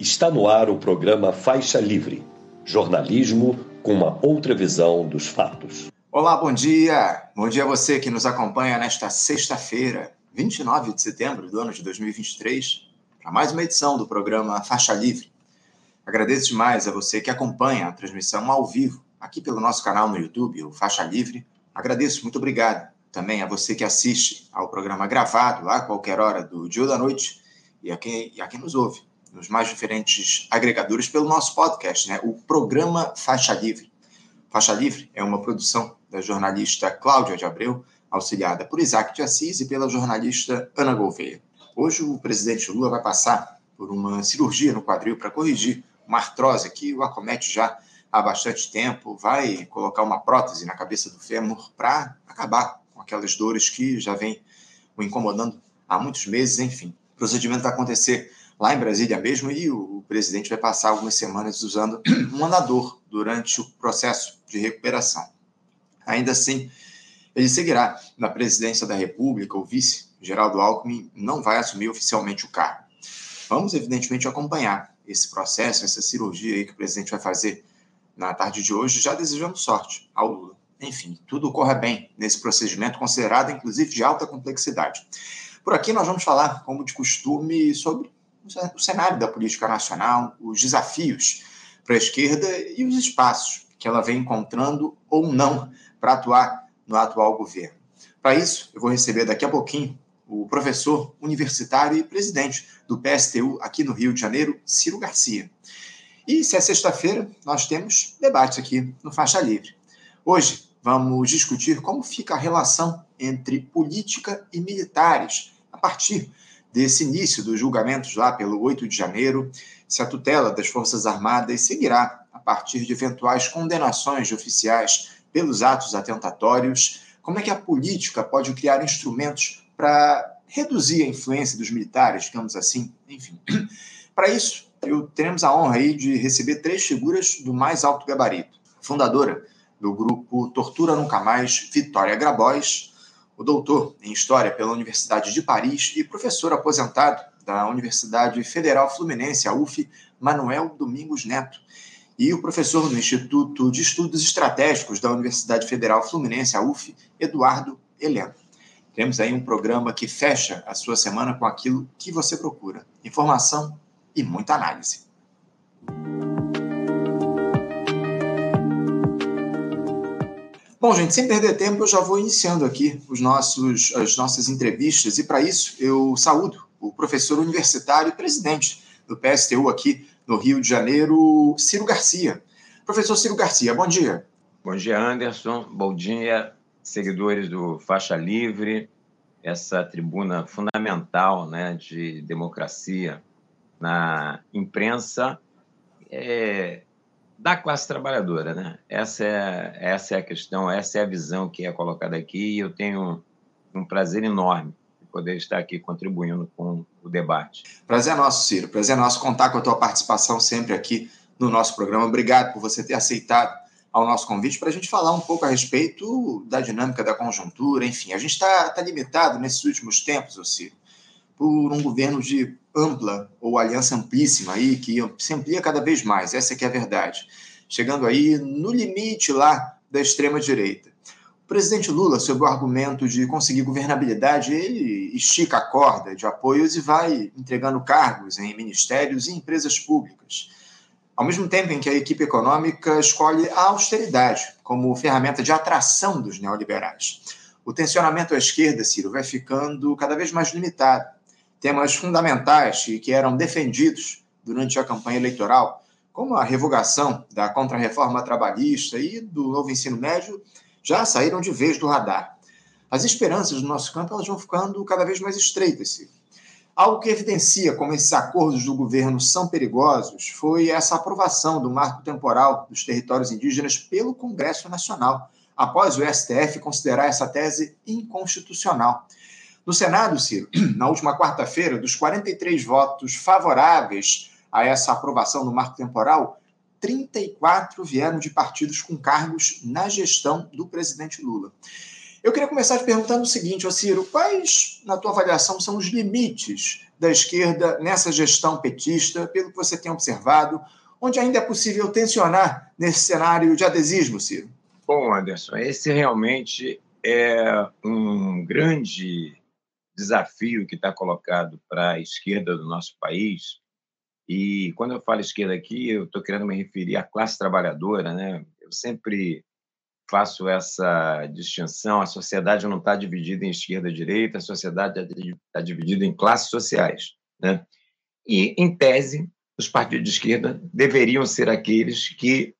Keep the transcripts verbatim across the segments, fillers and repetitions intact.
Está no ar o programa Faixa Livre, jornalismo com uma outra visão dos fatos. Olá, bom dia! Bom dia a você que nos acompanha nesta sexta-feira, vinte e nove de setembro do ano de dois mil e vinte e três, para mais uma edição do programa Faixa Livre. Agradeço demais a você que acompanha a transmissão ao vivo aqui pelo nosso canal no YouTube, o Faixa Livre. Agradeço, muito obrigado. Também a você que assiste ao programa gravado a qualquer hora do dia ou da noite e a quem, e a quem nos ouve nos mais diferentes agregadores pelo nosso podcast, né? O programa Faixa Livre. Faixa Livre é uma produção da jornalista Cláudia de Abreu, auxiliada por Isaac de Assis e pela jornalista Ana Gouveia. Hoje o presidente Lula vai passar por uma cirurgia no quadril para corrigir uma artrose que o acomete já há bastante tempo, vai colocar uma prótese na cabeça do fêmur para acabar com aquelas dores que já vêm o incomodando há muitos meses, enfim. O procedimento vai acontecer lá em Brasília mesmo, e o presidente vai passar algumas semanas usando um andador durante o processo de recuperação. Ainda assim, ele seguirá na presidência da República. O vice, Geraldo Alckmin, não vai assumir oficialmente o cargo. Vamos, evidentemente, acompanhar esse processo, essa cirurgia aí que o presidente vai fazer na tarde de hoje, já desejando sorte ao Lula. Enfim, tudo corra bem nesse procedimento, considerado, inclusive, de alta complexidade. Por aqui nós vamos falar, como de costume, sobre o cenário da política nacional, os desafios para a esquerda e os espaços que ela vem encontrando ou não para atuar no atual governo. Para isso, eu vou receber daqui a pouquinho o professor universitário e presidente do P S T U aqui no Rio de Janeiro, Ciro Garcia. E se é sexta-feira, nós temos debates aqui no Faixa Livre. Hoje vamos discutir como fica a relação entre política e militares a partir desse início dos julgamentos lá pelo oito de janeiro, se a tutela das Forças Armadas seguirá a partir de eventuais condenações de oficiais pelos atos atentatórios, como é que a política pode criar instrumentos para reduzir a influência dos militares, digamos assim, enfim. Para isso, eu teremos a honra aí de receber três figuras do mais alto gabarito. Fundadora do grupo Tortura Nunca Mais, Vitória Grabois, o doutor em História pela Universidade de Paris e professor aposentado da Universidade Federal Fluminense, a U F, Manuel Domingos Neto, e o professor do Instituto de Estudos Estratégicos da Universidade Federal Fluminense, a U F, Eduardo Heleno. Temos aí um programa que fecha a sua semana com aquilo que você procura: informação e muita análise. Bom, gente, sem perder tempo, eu já vou iniciando aqui os nossos, as nossas entrevistas, e para isso eu saúdo o professor universitário e presidente do P S T U aqui no Rio de Janeiro, Ciro Garcia. Professor Ciro Garcia, bom dia. Bom dia, Anderson. Bom dia, seguidores do Faixa Livre, essa tribuna fundamental, né, de democracia na imprensa é, da classe trabalhadora, né? Essa é, essa é a questão, essa é a visão que é colocada aqui, e eu tenho um prazer enorme de poder estar aqui contribuindo com o debate. Prazer é nosso, Ciro. Prazer é nosso contar com a tua participação sempre aqui no nosso programa. Obrigado por você ter aceitado ao nosso convite para a gente falar um pouco a respeito da dinâmica da conjuntura. Enfim, a gente está tá limitado nesses últimos tempos, ô Ciro, por um governo de ampla ou aliança amplíssima aí, que se amplia cada vez mais, essa que é a verdade, chegando aí no limite lá da extrema-direita. O presidente Lula, sob o argumento de conseguir governabilidade, ele estica a corda de apoios e vai entregando cargos em ministérios e empresas públicas, ao mesmo tempo em que a equipe econômica escolhe a austeridade como ferramenta de atração dos neoliberais. O tensionamento à esquerda, Ciro, vai ficando cada vez mais limitado. Temas fundamentais que eram defendidos durante a campanha eleitoral, como a revogação da contra-reforma trabalhista e do novo ensino médio, já saíram de vez do radar. As esperanças do nosso campo elas vão ficando cada vez mais estreitas, Ciro. Algo que evidencia como esses acordos do governo são perigosos foi essa aprovação do marco temporal dos territórios indígenas pelo Congresso Nacional, após o S T F considerar essa tese inconstitucional. No Senado, Ciro, na última quarta-feira, dos quarenta e três votos favoráveis a essa aprovação do marco temporal, trinta e quatro vieram de partidos com cargos na gestão do presidente Lula. Eu queria começar te perguntando o seguinte, ô Ciro, quais, na tua avaliação, são os limites da esquerda nessa gestão petista, pelo que você tem observado, onde ainda é possível tensionar nesse cenário de adesismo, Ciro? Bom, Anderson, esse realmente é um grande desafio que está colocado para a esquerda do nosso país. E quando eu falo esquerda aqui, eu estou querendo me referir à classe trabalhadora, né? Eu sempre faço essa distinção. A sociedade não está dividida em esquerda e direita, a sociedade está dividida em classes sociais, né? E, em tese, os partidos de esquerda deveriam ser aqueles que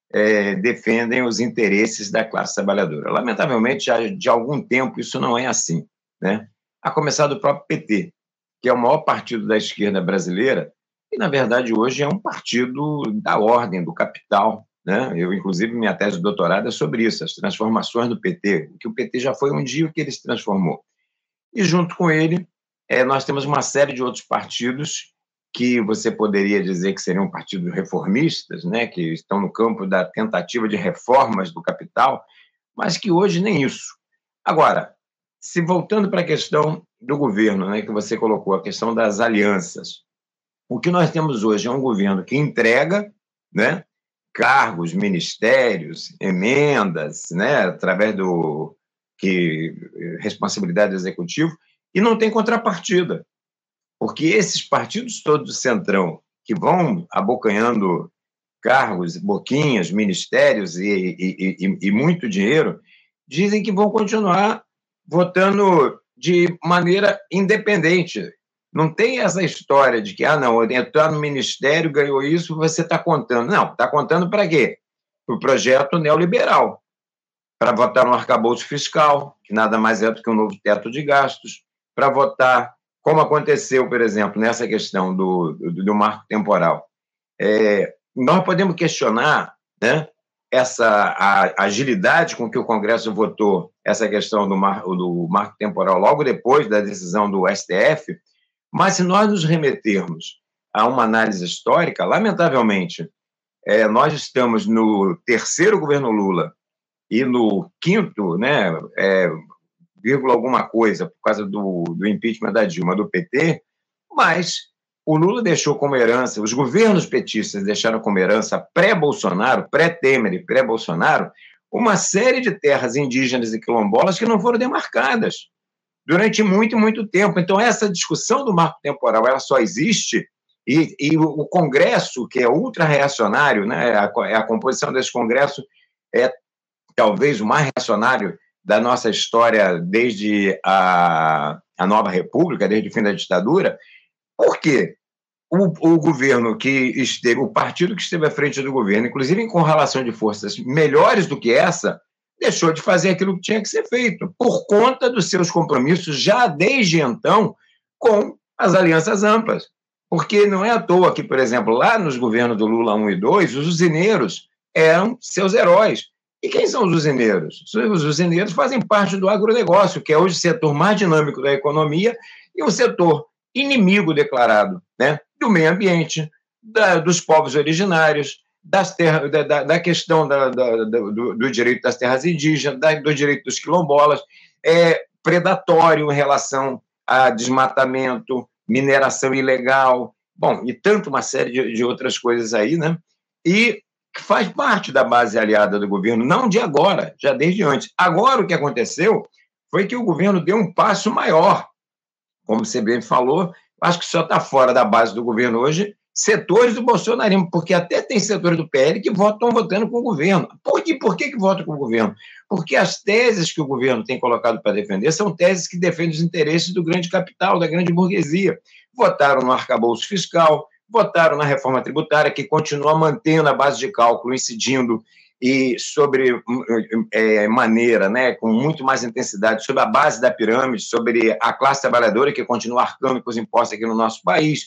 é, defendem os interesses da classe trabalhadora. Lamentavelmente, já de algum tempo, isso não é assim, né? A começar do próprio P T, que é o maior partido da esquerda brasileira, e, na verdade, hoje é um partido da ordem, do capital, né? Eu, inclusive, minha tese de doutorado é sobre isso, as transformações do P T, que o P T já foi um dia o que ele se transformou. E, junto com ele, é, nós temos uma série de outros partidos que você poderia dizer que seriam partidos reformistas, né? Que estão no campo da tentativa de reformas do capital, mas que hoje nem isso. Agora, se voltando para a questão do governo, né, que você colocou, a questão das alianças, o que nós temos hoje é um governo que entrega, né, cargos, ministérios, emendas, né, através do que responsabilidade do executivo, e não tem contrapartida, porque esses partidos todos do centrão que vão abocanhando cargos, boquinhas, ministérios e, e, e, e muito dinheiro, dizem que vão continuar votando de maneira independente. Não tem essa história de que, ah, não, entrar no ministério, ganhou isso, você está contando. Não, está contando para quê? Para o projeto neoliberal, para votar no arcabouço fiscal, que nada mais é do que um novo teto de gastos, para votar, como aconteceu, por exemplo, nessa questão do, do, do marco temporal. É, nós podemos questionar, né, essa a agilidade com que o Congresso votou essa questão do, mar, do marco temporal logo depois da decisão do S T F, mas se nós nos remetermos a uma análise histórica, lamentavelmente, é, nós estamos no terceiro governo Lula e no quinto, né, é, vírgula alguma coisa, por causa do, do impeachment da Dilma, do P T, mas o Lula deixou como herança, os governos petistas deixaram como herança pré-Bolsonaro, pré-Temer e pré-Bolsonaro, uma série de terras indígenas e quilombolas que não foram demarcadas durante muito, muito tempo. Então, essa discussão do marco temporal, ela só existe, e, e o Congresso, que é ultra-reacionário, né, a, a composição desse Congresso é talvez o mais reacionário da nossa história desde a, a Nova República, desde o fim da ditadura. Por quê? O, o governo que esteve, o partido que esteve à frente do governo, inclusive com relação de forças melhores do que essa, deixou de fazer aquilo que tinha que ser feito, por conta dos seus compromissos, já desde então, com as alianças amplas. Porque não é à toa que, por exemplo, lá nos governos do Lula um e dois, os usineiros eram seus heróis. E quem são os usineiros? Os usineiros fazem parte do agronegócio, que é hoje o setor mais dinâmico da economia e um setor inimigo declarado, né, do meio ambiente, da, dos povos originários, das terras, da, da, da questão da, da, do, do direito das terras indígenas, da, do direito dos quilombolas, é predatório em relação a desmatamento, mineração ilegal, bom, e tanto uma série de, de outras coisas aí, né? E que faz parte da base aliada do governo, não de agora, já desde antes. Agora, o que aconteceu foi que o governo deu um passo maior. Como você bem falou, acho que só está fora da base do governo hoje setores do bolsonarismo, porque até tem setores do P L que votam, estão votando com o governo. Por que, por que, que votam com o governo? Porque as teses que o governo tem colocado para defender são teses que defendem os interesses do grande capital, da grande burguesia. Votaram no arcabouço fiscal, votaram na reforma tributária, que continua mantendo a base de cálculo, incidindo e sobre é, maneira, né, com muito mais intensidade, sobre a base da pirâmide, sobre a classe trabalhadora, que continua arcando com os impostos aqui no nosso país.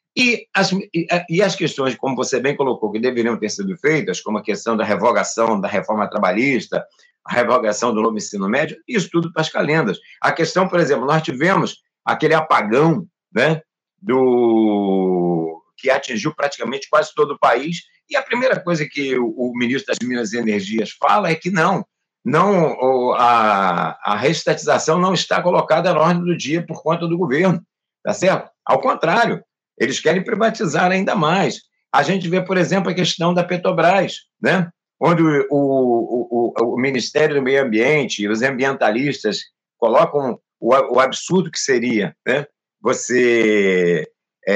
E as, e, e as questões, como você bem colocou, que deveriam ter sido feitas, como a questão da revogação da reforma trabalhista, a revogação do novo ensino médio, isso tudo para as calendas. A questão, por exemplo, nós tivemos aquele apagão, né, do, que atingiu praticamente quase todo o país, e a primeira coisa que o, o ministro das Minas e Energias fala é que não, não, a, a reestatização não está colocada na ordem do dia por conta do governo, tá certo? Ao contrário, eles querem privatizar ainda mais. A gente vê, por exemplo, a questão da Petrobras, né? Onde o, o, o, o Ministério do Meio Ambiente e os ambientalistas colocam o, o absurdo que seria, né? Você...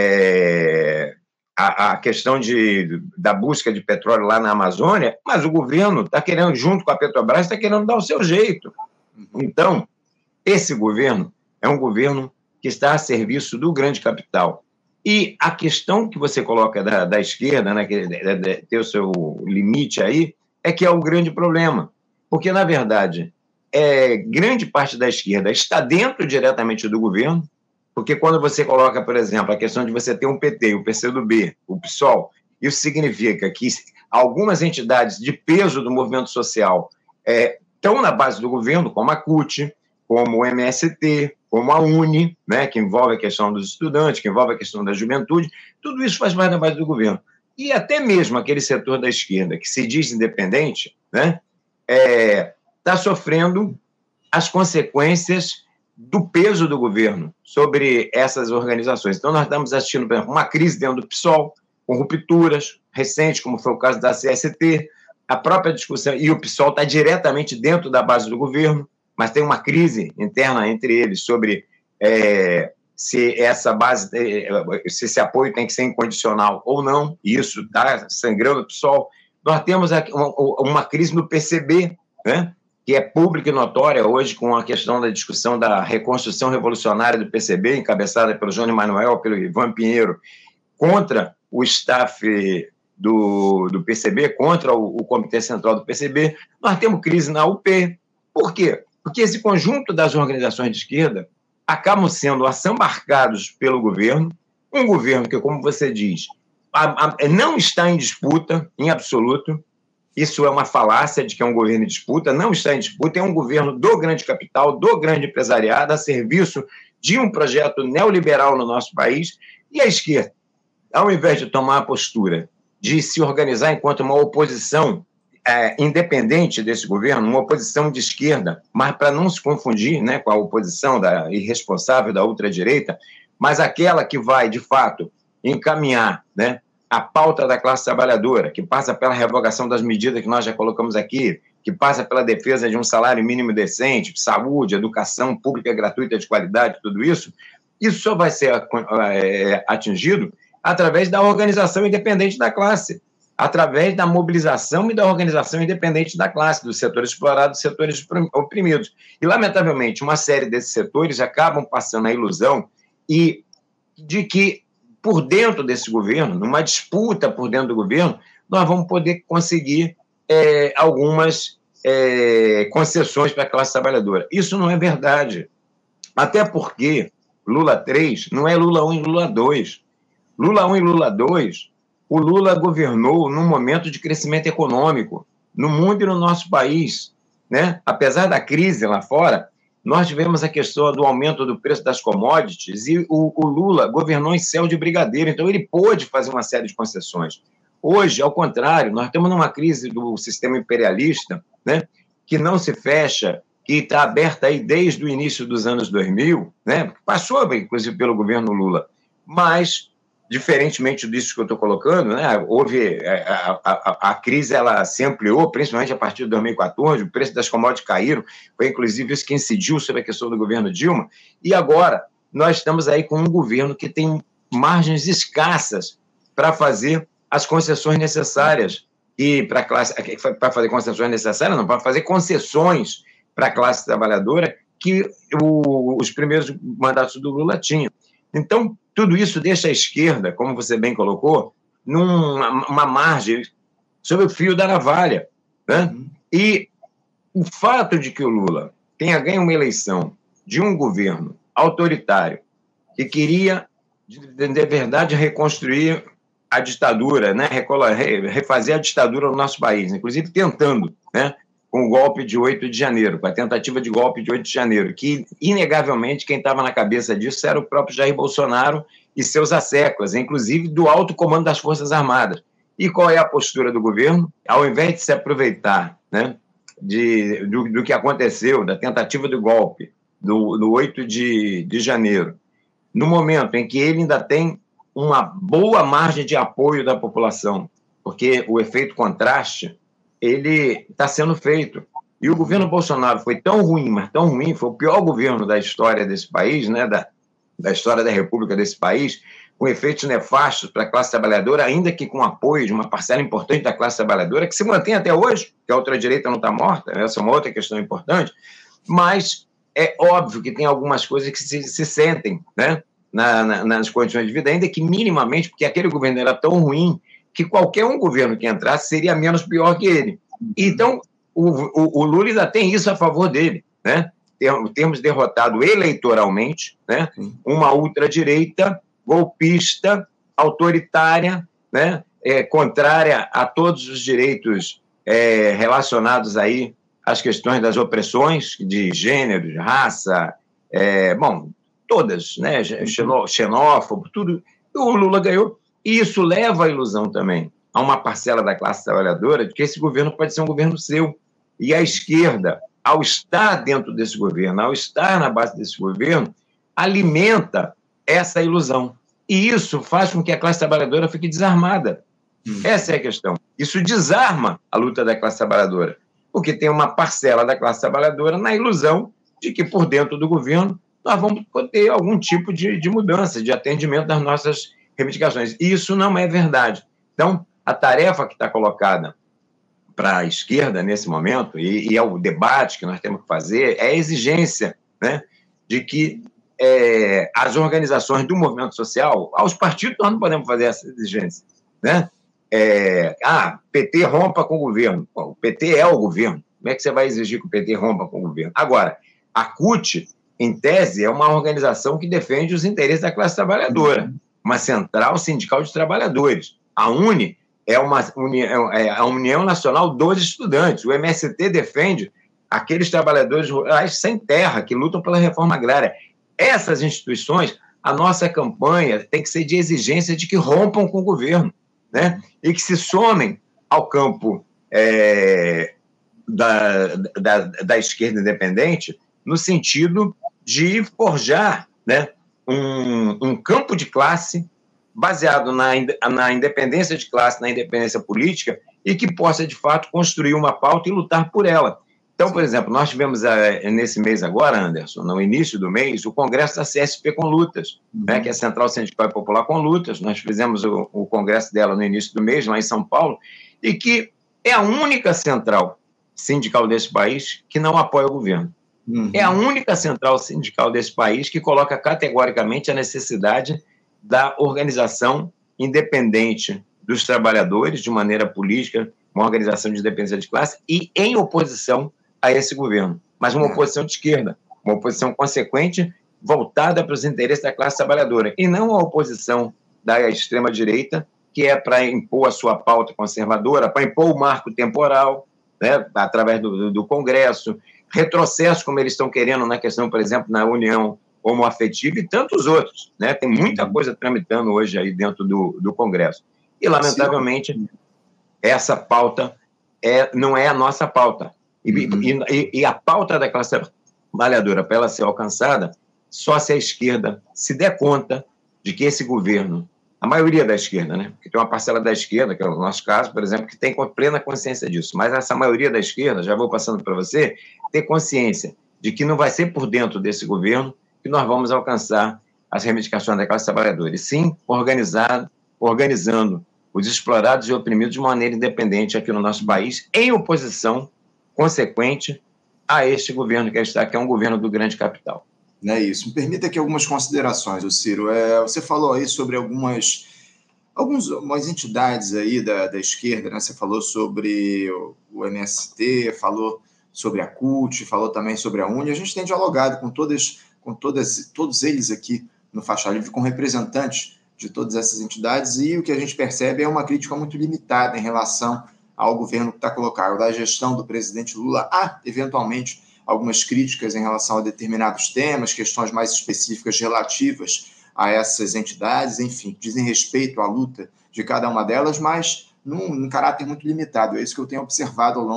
É, a, a questão de, da busca de petróleo lá na Amazônia, mas o governo está querendo, junto com a Petrobras, está querendo dar o seu jeito. Então, esse governo é um governo que está a serviço do grande capital. E a questão que você coloca da, da esquerda, né, que tem o seu limite aí, é que é o grande problema. Porque, na verdade, é, grande parte da esquerda está dentro diretamente do governo, porque quando você coloca, por exemplo, a questão de você ter um P T, o P C do B, o PSOL, isso significa que algumas entidades de peso do movimento social é, estão na base do governo, como a C U T, como o M S T, como a UNE, né, que envolve a questão dos estudantes, que envolve a questão da juventude, tudo isso faz parte da base do governo. E até mesmo aquele setor da esquerda que se diz independente, né, é, está sofrendo as consequências do peso do governo sobre essas organizações. Então, nós estamos assistindo, por exemplo, uma crise dentro do PSOL, com rupturas recentes, como foi o caso da C S T, a própria discussão, e o PSOL está diretamente dentro da base do governo, mas tem uma crise interna entre eles sobre é, se essa base, se esse apoio tem que ser incondicional ou não, e isso está sangrando o PSOL. Nós temos uma, uma crise no P C B, né, que é pública e notória hoje com a questão da discussão da reconstrução revolucionária do P C B, encabeçada pelo João Emanuel, pelo Ivan Pinheiro, contra o staff do, do P C B, contra o, o Comitê Central do P C B. Nós temos crise na U P. Por quê? Porque esse conjunto das organizações de esquerda acabam sendo assambarcados pelo governo, um governo que, como você diz, a, a, não está em disputa, em absoluto. Isso é uma falácia de que é um governo em disputa, não está em disputa, é um governo do grande capital, do grande empresariado, a serviço de um projeto neoliberal no nosso país, e a esquerda, ao invés de tomar a postura de se organizar enquanto uma oposição é, independente desse governo, uma oposição de esquerda, mas para não se confundir, né, com a oposição da irresponsável da ultradireita, mas aquela que vai, de fato, encaminhar, né, a pauta da classe trabalhadora, que passa pela revogação das medidas que nós já colocamos aqui, que passa pela defesa de um salário mínimo decente, saúde, educação pública gratuita de qualidade, tudo isso, isso só vai ser é, atingido através da organização independente da classe, através da mobilização e da organização independente da classe, dos setores explorados, dos setores oprimidos. E, lamentavelmente, uma série desses setores acabam passando a ilusão e de que por dentro desse governo, numa disputa por dentro do governo, nós vamos poder conseguir é, algumas é, concessões para a classe trabalhadora. Isso não é verdade. Até porque Lula três não é Lula um e Lula dois. Lula um e Lula dois, o Lula governou num momento de crescimento econômico no mundo e no nosso país, né? Apesar da crise lá fora, nós tivemos a questão do aumento do preço das commodities e o, o Lula governou em céu de brigadeiro, então ele pôde fazer uma série de concessões. Hoje, ao contrário, nós estamos numa crise do sistema imperialista, né, que não se fecha, que está aberta aí desde o início dos anos dois mil, né, passou, inclusive, pelo governo Lula, mas, diferentemente disso que eu estou colocando, né, houve a, a, a crise, ela se ampliou, principalmente a partir de dois mil e quatorze, o preço das commodities caíram, foi inclusive isso que incidiu sobre a questão do governo Dilma, e agora nós estamos aí com um governo que tem margens escassas para fazer as concessões necessárias, e para a classe, para fazer concessões necessárias, não, para fazer concessões para a classe trabalhadora que o, os primeiros mandatos do Lula tinham. Então, tudo isso deixa a esquerda, como você bem colocou, numa uma margem sobre o fio da navalha, né? E o fato de que o Lula tenha ganho uma eleição de um governo autoritário que queria, de, de verdade, reconstruir a ditadura, né? Refazer a ditadura no nosso país, inclusive tentando, né? Com o golpe de oito de janeiro, com a tentativa de golpe de oito de janeiro, que, inegavelmente, quem estava na cabeça disso era o próprio Jair Bolsonaro e seus asseclas, inclusive do alto comando das Forças Armadas. E qual é a postura do governo? Ao invés de se aproveitar, né, de, do, do que aconteceu, da tentativa do golpe do, do oito de, de janeiro, no momento em que ele ainda tem uma boa margem de apoio da população, porque o efeito contraste ele está sendo feito. E o governo Bolsonaro foi tão ruim, mas tão ruim, foi o pior governo da história desse país, né, da, da história da República desse país, com efeitos nefastos para a classe trabalhadora, ainda que com apoio de uma parcela importante da classe trabalhadora, que se mantém até hoje, que a ultradireita não está morta, essa é uma outra questão importante, mas é óbvio que tem algumas coisas que se, se sentem, né, na, na, nas condições de vida, ainda que minimamente, porque aquele governo era tão ruim que qualquer um governo que entrasse seria menos pior que ele. Então, o, o, o Lula ainda tem isso a favor dele, né? Temos derrotado eleitoralmente, né, uma ultradireita golpista, autoritária, né, é, contrária a todos os direitos é, relacionados aí às questões das opressões de gênero, de raça, é, bom, todas, né, xenófobo, tudo. O Lula ganhou. E isso leva à ilusão também a uma parcela da classe trabalhadora de que esse governo pode ser um governo seu. E a esquerda, ao estar dentro desse governo, ao estar na base desse governo, alimenta essa ilusão. E isso faz com que a classe trabalhadora fique desarmada. Hum. Essa é a questão. Isso desarma a luta da classe trabalhadora, porque tem uma parcela da classe trabalhadora na ilusão de que, por dentro do governo, nós vamos ter algum tipo de, de mudança, de atendimento das nossas reivindicações. E isso não é verdade. Então, a tarefa que está colocada para a esquerda nesse momento, e, e é o debate que nós temos que fazer, é a exigência, né, de que é, as organizações do movimento social, aos partidos nós não podemos fazer essa exigência, né? É, ah, P T rompa com o governo. Bom, o P T é o governo. Como é que você vai exigir que o P T rompa com o governo? Agora, a C U T, em tese, é uma organização que defende os interesses da classe trabalhadora, uma central sindical de trabalhadores. A UNE é, uma, é a União Nacional dos Estudantes. O M S T defende aqueles trabalhadores rurais sem terra, que lutam pela reforma agrária. Essas instituições, a nossa campanha tem que ser de exigência de que rompam com o governo, né? E que se somem ao campo é, da, da, da esquerda independente, no sentido de forjar, né, um, um campo de classe baseado na, na independência de classe, na independência política, e que possa, de fato, construir uma pauta e lutar por ela. Então, por exemplo, nós tivemos nesse mês agora, Anderson, no início do mês, o Congresso da C S P com Lutas, uhum. né, que é a Central Sindical e Popular com Lutas. Nós fizemos o, o congresso dela no início do mês, lá em São Paulo, e que é a única central sindical desse país que não apoia o governo. Uhum. É a única central sindical desse país que coloca categoricamente a necessidade da organização independente dos trabalhadores, de maneira política, uma organização de independência de classe, e em oposição a esse governo. Mas uma oposição de esquerda, uma oposição consequente, voltada para os interesses da classe trabalhadora, e não a oposição da extrema-direita, que é para impor a sua pauta conservadora, para impor o marco temporal, né, através do, do, do Congresso, retrocesso, como eles estão querendo na questão, por exemplo, na união homoafetiva e tantos outros, né? Tem muita coisa tramitando hoje aí dentro do, do Congresso. E, lamentavelmente, Sim. essa pauta é, não é a nossa pauta. E, uhum. e, e a pauta da classe trabalhadora, para ela ser alcançada, só se a esquerda se der conta de que esse governo, a maioria da esquerda, né? Porque tem uma parcela da esquerda, que é o nosso caso, por exemplo, que tem plena consciência disso, mas essa maioria da esquerda, já vou passando para você, ter consciência de que não vai ser por dentro desse governo que nós vamos alcançar as reivindicações da classe trabalhadora, e sim organizado, organizando os explorados e oprimidos de maneira independente aqui no nosso país, em oposição consequente a este governo que está, que é um governo do grande capital. É isso. Me permita aqui algumas considerações, Ciro. É, você falou aí sobre algumas, algumas entidades aí da, da esquerda, né? Você falou sobre o, o M S T, falou sobre a C U T, falou também sobre a UNE. A gente tem dialogado com, todas, com todas, todos eles aqui no Faixa Livre, com representantes de todas essas entidades, e o que a gente percebe é uma crítica muito limitada em relação ao governo que está colocado, da gestão do presidente Lula. Há, eventualmente, algumas críticas em relação a determinados temas, questões mais específicas relativas a essas entidades, enfim, dizem respeito à luta de cada uma delas, mas num, num caráter muito limitado. É isso que eu tenho observado ao longo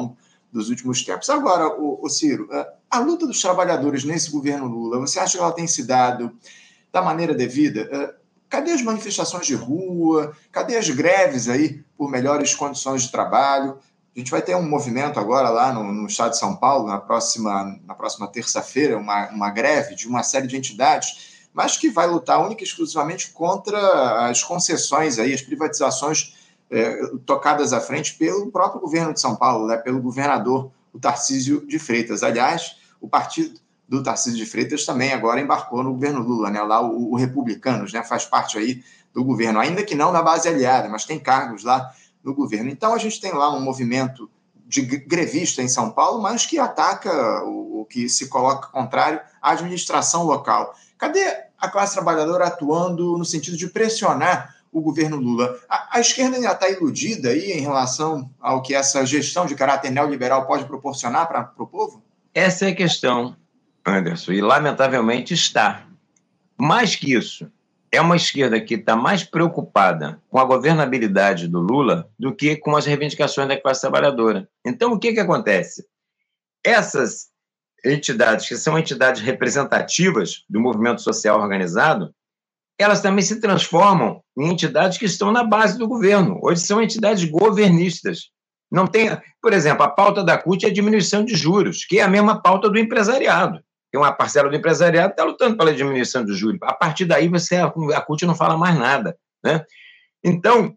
dos últimos tempos. Agora, o, o Ciro, a luta dos trabalhadores nesse governo Lula, você acha que ela tem se dado da maneira devida? Cadê as manifestações de rua? Cadê as greves aí por melhores condições de trabalho? A gente vai ter um movimento agora lá no, no estado de São Paulo, na próxima, na próxima terça-feira, uma, uma greve de uma série de entidades, mas que vai lutar única e exclusivamente contra as concessões, aí, as privatizações é, tocadas à frente pelo próprio governo de São Paulo, né, pelo governador o Tarcísio de Freitas. Aliás, o partido do Tarcísio de Freitas também agora embarcou no governo Lula, né, lá o, o Republicanos, né, faz parte aí do governo, ainda que não na base aliada, mas tem cargos lá no governo. Então, a gente tem lá um movimento de grevista em São Paulo, mas que ataca o, o que se coloca contrário à administração local. Cadê a classe trabalhadora atuando no sentido de pressionar o governo Lula? A, a esquerda ainda está iludida aí em relação ao que essa gestão de caráter neoliberal pode proporcionar para o povo? Essa é a questão, Anderson, e lamentavelmente está. Mais que isso, é uma esquerda que está mais preocupada com a governabilidade do Lula do que com as reivindicações da classe trabalhadora. Então, o que, que acontece? Essas entidades, que são entidades representativas do movimento social organizado, elas também se transformam em entidades que estão na base do governo. Hoje são entidades governistas. Não tem, por exemplo, a pauta da C U T é a diminuição de juros, que é a mesma pauta do empresariado. Tem uma parcela do empresariado que está lutando pela diminuição do juros. A partir daí, você, a C U T não fala mais nada, né? Então,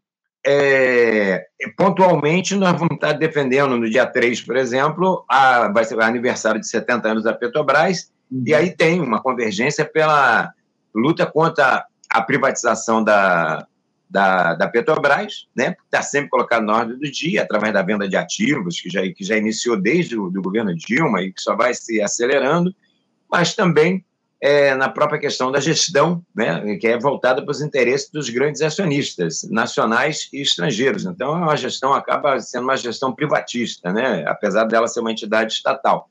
é, pontualmente, nós vamos estar defendendo, no dia três, por exemplo, a, vai ser o aniversário de setenta anos da Petrobras, uhum. E aí tem uma convergência pela luta contra a privatização da, da, da Petrobras, né? Está sempre colocado na ordem do dia, através da venda de ativos, que já, que já iniciou desde o do governo Dilma e que só vai se acelerando, mas também é, na própria questão da gestão, né, que é voltada para os interesses dos grandes acionistas, nacionais e estrangeiros. Então, a gestão acaba sendo uma gestão privatista, né, apesar dela ser uma entidade estatal.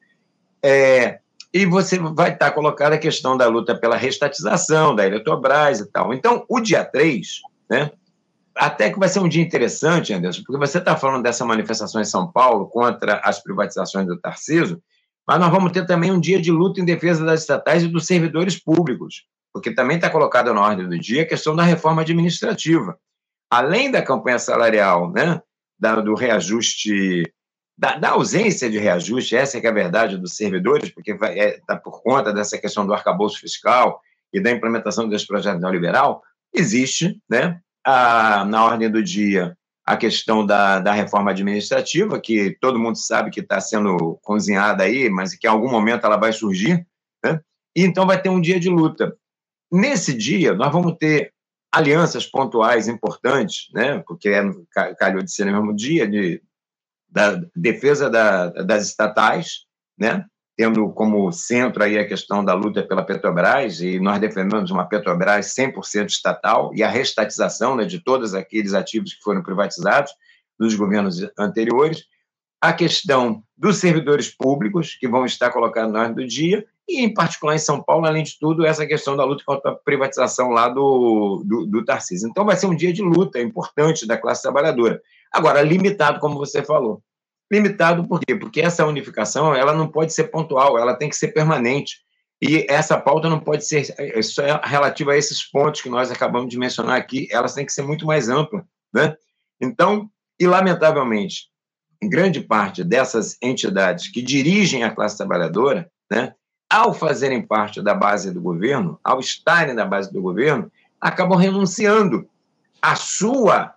É, e você vai estar colocada a questão da luta pela restatização da Eletrobras e tal. Então, o dia três, né, até que vai ser um dia interessante, Anderson, porque você está falando dessa manifestação em São Paulo contra as privatizações do Tarcísio, mas nós vamos ter também um dia de luta em defesa das estatais e dos servidores públicos, porque também está colocada na ordem do dia a questão da reforma administrativa. Além da campanha salarial, né, da, do reajuste, da, da ausência de reajuste, essa é que é a verdade dos servidores, porque está é, tá por conta dessa questão do arcabouço fiscal e da implementação desse projeto neoliberal, existe, né, a, na ordem do dia a questão da, da reforma administrativa, que todo mundo sabe que está sendo cozinhada aí, mas que em algum momento ela vai surgir, né? E então vai ter um dia de luta. Nesse dia, nós vamos ter alianças pontuais importantes, né? Porque é, calhou de ser no mesmo dia, de, da defesa da, das estatais, né? Tendo como centro aí a questão da luta pela Petrobras, e nós defendemos uma Petrobras cem por cento estatal e a restatização, né, de todos aqueles ativos que foram privatizados nos governos anteriores, a questão dos servidores públicos, que vão estar colocados na ordem do dia, e, em particular, em São Paulo, além de tudo, essa questão da luta contra a privatização lá do, do, do Tarcísio. Então, vai ser um dia de luta importante da classe trabalhadora. Agora, limitado, como você falou. Limitado por quê? Porque essa unificação ela não pode ser pontual, ela tem que ser permanente. E essa pauta não pode ser só relativa a esses pontos que nós acabamos de mencionar aqui, elas têm que ser muito mais amplas, né? Então, e lamentavelmente, grande parte dessas entidades que dirigem a classe trabalhadora, né, ao fazerem parte da base do governo, ao estarem na base do governo, acabam renunciando à sua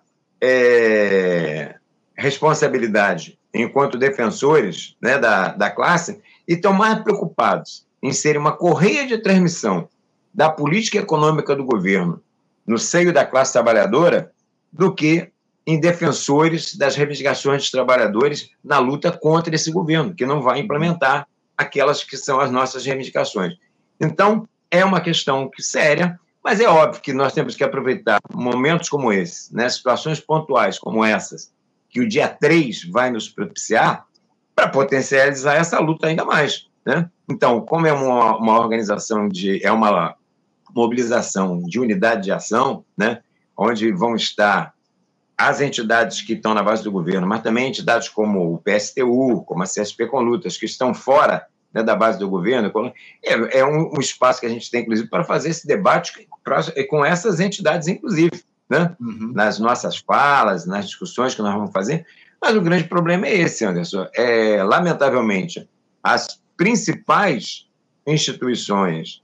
é, responsabilidade enquanto defensores, né, da, da classe, e estão mais preocupados em ser uma correia de transmissão da política econômica do governo no seio da classe trabalhadora do que em defensores das reivindicações dos trabalhadores na luta contra esse governo, que não vai implementar aquelas que são as nossas reivindicações. Então, é uma questão séria, mas é óbvio que nós temos que aproveitar momentos como esse, né, situações pontuais como essas, que o dia três vai nos propiciar para potencializar essa luta ainda mais, né? Então, como é uma, uma organização de... é uma mobilização de unidade de ação, né, onde vão estar as entidades que estão na base do governo, mas também entidades como o P S T U, como a C S P com Lutas, que estão fora, né, da base do governo, é, é um, um espaço que a gente tem, inclusive, para fazer esse debate pra, com essas entidades, inclusive, né? Uhum. Nas nossas falas, nas discussões que nós vamos fazer. Mas o grande problema é esse, Anderson. É, lamentavelmente, as principais instituições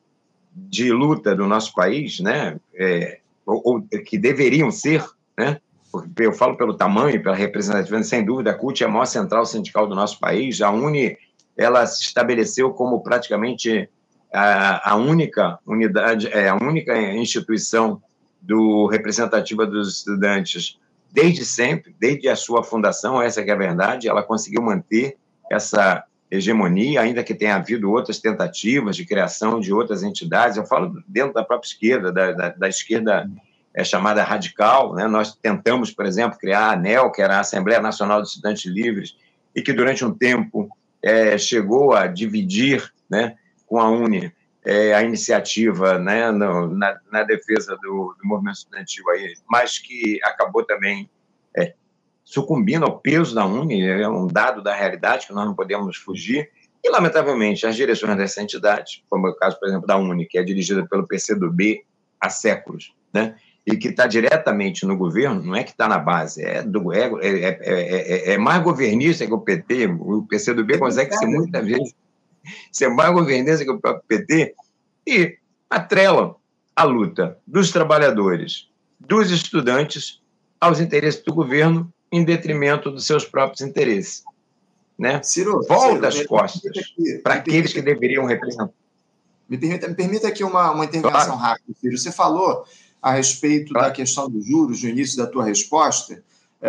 de luta do nosso país, né, é, ou, ou que deveriam ser, né, eu falo pelo tamanho, pela representatividade, sem dúvida, a C U T é a maior central sindical do nosso país, a UNE, ela se estabeleceu como praticamente a, a única unidade, é, a única instituição do, representativa dos estudantes desde sempre, desde a sua fundação, essa que é a verdade, ela conseguiu manter essa hegemonia, ainda que tenha havido outras tentativas de criação de outras entidades, eu falo dentro da própria esquerda, da, da, da esquerda é, chamada radical, né? Nós tentamos, por exemplo, criar a ANEL, que era a Assembleia Nacional dos Estudantes Livres, e que durante um tempo é, chegou a dividir, né, com a UNE é, a iniciativa, né, no, na, na defesa do, do movimento estudantil, aí, mas que acabou também é, sucumbindo ao peso da UNE, é um dado da realidade que nós não podemos fugir, e, lamentavelmente, as direções dessa entidade, como é o caso, por exemplo, da UNE, que é dirigida pelo P C do B há séculos, né, e que está diretamente no governo, não é que está na base, é, do, é, é, é, é mais governista que o P T, o P C do B consegue ser muitas vezes ser mais governista que o próprio P T, e atrelam a luta dos trabalhadores, dos estudantes, aos interesses do governo, em detrimento dos seus próprios interesses. Né? Ciro, volta as Ciro, costas para aqueles que deveriam representar. Me permita, me permita aqui uma, uma intervenção claro. rápida, Ciro. Você falou a respeito claro. da questão dos juros no início da tua resposta.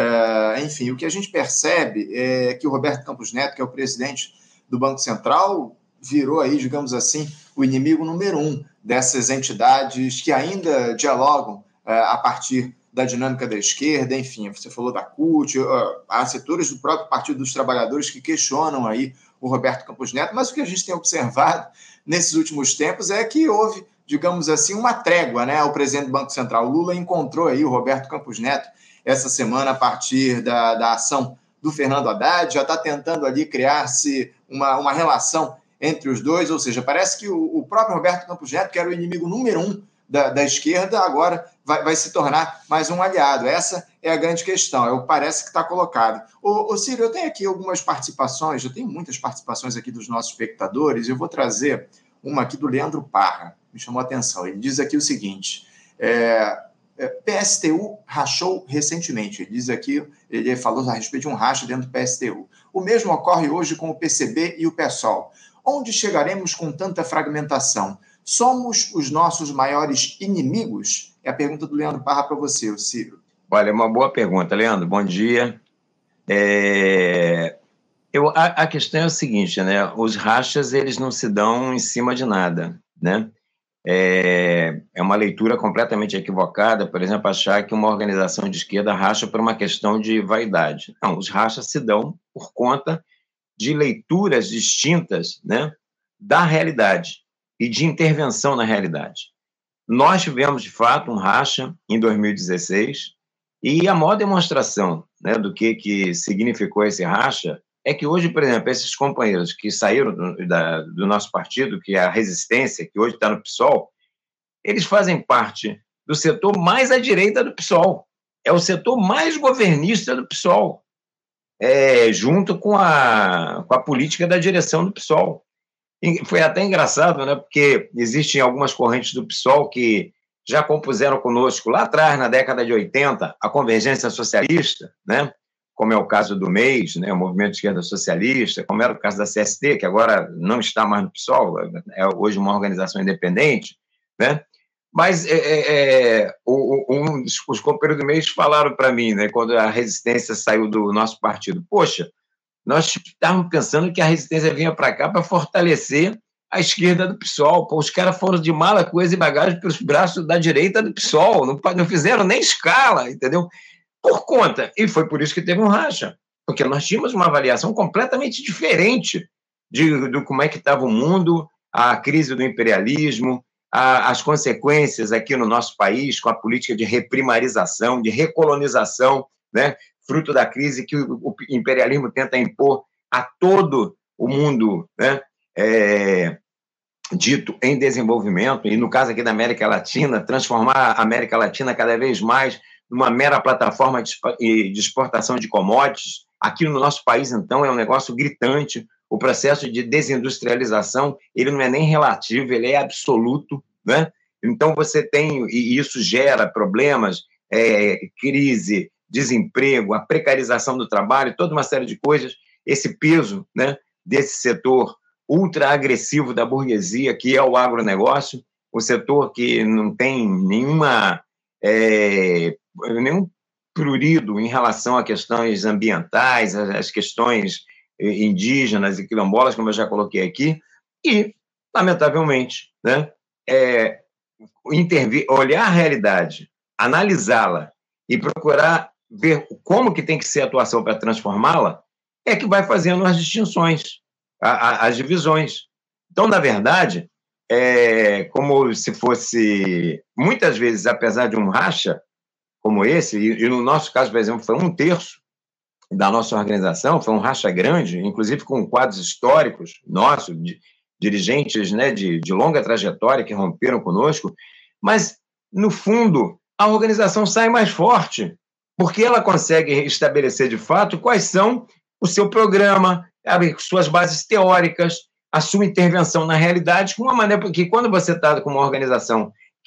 É, enfim, o que a gente percebe é que o Roberto Campos Neto, que é o presidente do Banco Central, virou aí, digamos assim, o inimigo número um dessas entidades que ainda dialogam é, a partir da dinâmica da esquerda. Enfim, você falou da C U T, há setores do próprio Partido dos Trabalhadores que questionam aí o Roberto Campos Neto, mas o que a gente tem observado nesses últimos tempos é que houve, digamos assim, uma trégua, né? O presidente do Banco Central, Lula, encontrou aí o Roberto Campos Neto essa semana a partir da, da ação do Fernando Haddad, já está tentando ali criar-se uma, uma relação entre os dois, ou seja, parece que o, o próprio Roberto Campos Neto, que era o inimigo número um da, da esquerda, agora vai, vai se tornar mais um aliado. Essa é a grande questão, é o que parece que está colocado. Ô, ô Ciro, eu tenho aqui algumas participações, eu tenho muitas participações aqui dos nossos espectadores, eu vou trazer uma aqui do Leandro Parra, me chamou a atenção. Ele diz aqui o seguinte, é, é, P S T U rachou recentemente, ele diz aqui, ele falou a respeito de um racha dentro do P S T U. O mesmo ocorre hoje com o P C B e o PSOL. Onde chegaremos com tanta fragmentação? Somos os nossos maiores inimigos? É a pergunta do Leandro Parra para você, Ciro. Olha, é uma boa pergunta, Leandro. Bom dia. É... Eu, a, a questão é o seguinte, né? Os rachas, eles não se dão em cima de nada, né? É, é uma leitura completamente equivocada, por exemplo, achar que uma organização de esquerda racha por uma questão de vaidade. Não, os rachas se dão por conta de leituras distintas, né, da realidade e de intervenção na realidade. Nós tivemos, de fato, um racha em dois mil e dezesseis e a maior demonstração, né, do que, que significou esse racha é que hoje, por exemplo, esses companheiros que saíram do, da, do nosso partido, que é a Resistência, que hoje está no PSOL, eles fazem parte do setor mais à direita do PSOL. É o setor mais governista do PSOL. É, junto com a, com a política da direção do PSOL. E foi até engraçado, né, porque existem algumas correntes do PSOL que já compuseram conosco lá atrás, na década de oitenta, a convergência socialista, né, como é o caso do M E S, né, o Movimento de Esquerda Socialista, como era o caso da C S T, que agora não está mais no PSOL, é hoje uma organização independente, né. Mas é, é, um, os companheiros do M E S falaram para mim, né, quando a Resistência saiu do nosso partido, poxa, nós estávamos pensando que a Resistência vinha para cá para fortalecer a esquerda do PSOL. Pô, os caras foram de mala, coisa e bagagem para os braços da direita do PSOL, não, não fizeram nem escala, entendeu? Por conta, e foi por isso que teve um racha, porque nós tínhamos uma avaliação completamente diferente de, de como é que estava o mundo, a crise do imperialismo, a, as consequências aqui no nosso país com a política de reprimarização, de recolonização, né, fruto da crise que o, o imperialismo tenta impor a todo o mundo, né, é, dito em desenvolvimento, e no caso aqui da América Latina, transformar a América Latina cada vez mais numa mera plataforma de exportação de commodities. Aqui no nosso país, então, é um negócio gritante. O processo de desindustrialização, ele não é nem relativo, ele é absoluto, né? Então, você tem, e isso gera problemas, é, crise, desemprego, a precarização do trabalho, toda uma série de coisas, esse peso, né, desse setor ultra-agressivo da burguesia, que é o agronegócio, o setor que não tem nenhuma, é, nenhum prurido em relação a questões ambientais, as questões indígenas e quilombolas, como eu já coloquei aqui, e, lamentavelmente, né, é, intervir, olhar a realidade, analisá-la e procurar ver como que tem que ser a atuação para transformá-la, é que vai fazendo as distinções, a, a, as divisões. Então, na verdade, é como se fosse, muitas vezes, apesar de um racha como esse, e, e no nosso caso, por exemplo, foi um terço da nossa organização, foi um racha grande, inclusive com quadros históricos nossos, de, dirigentes, né, de, de longa trajetória que romperam conosco, mas, no fundo, a organização sai mais forte, porque ela consegue estabelecer, de fato, quais são o seu programa, as suas bases teóricas, a sua intervenção na realidade, com uma maneira, porque quando você está com uma organização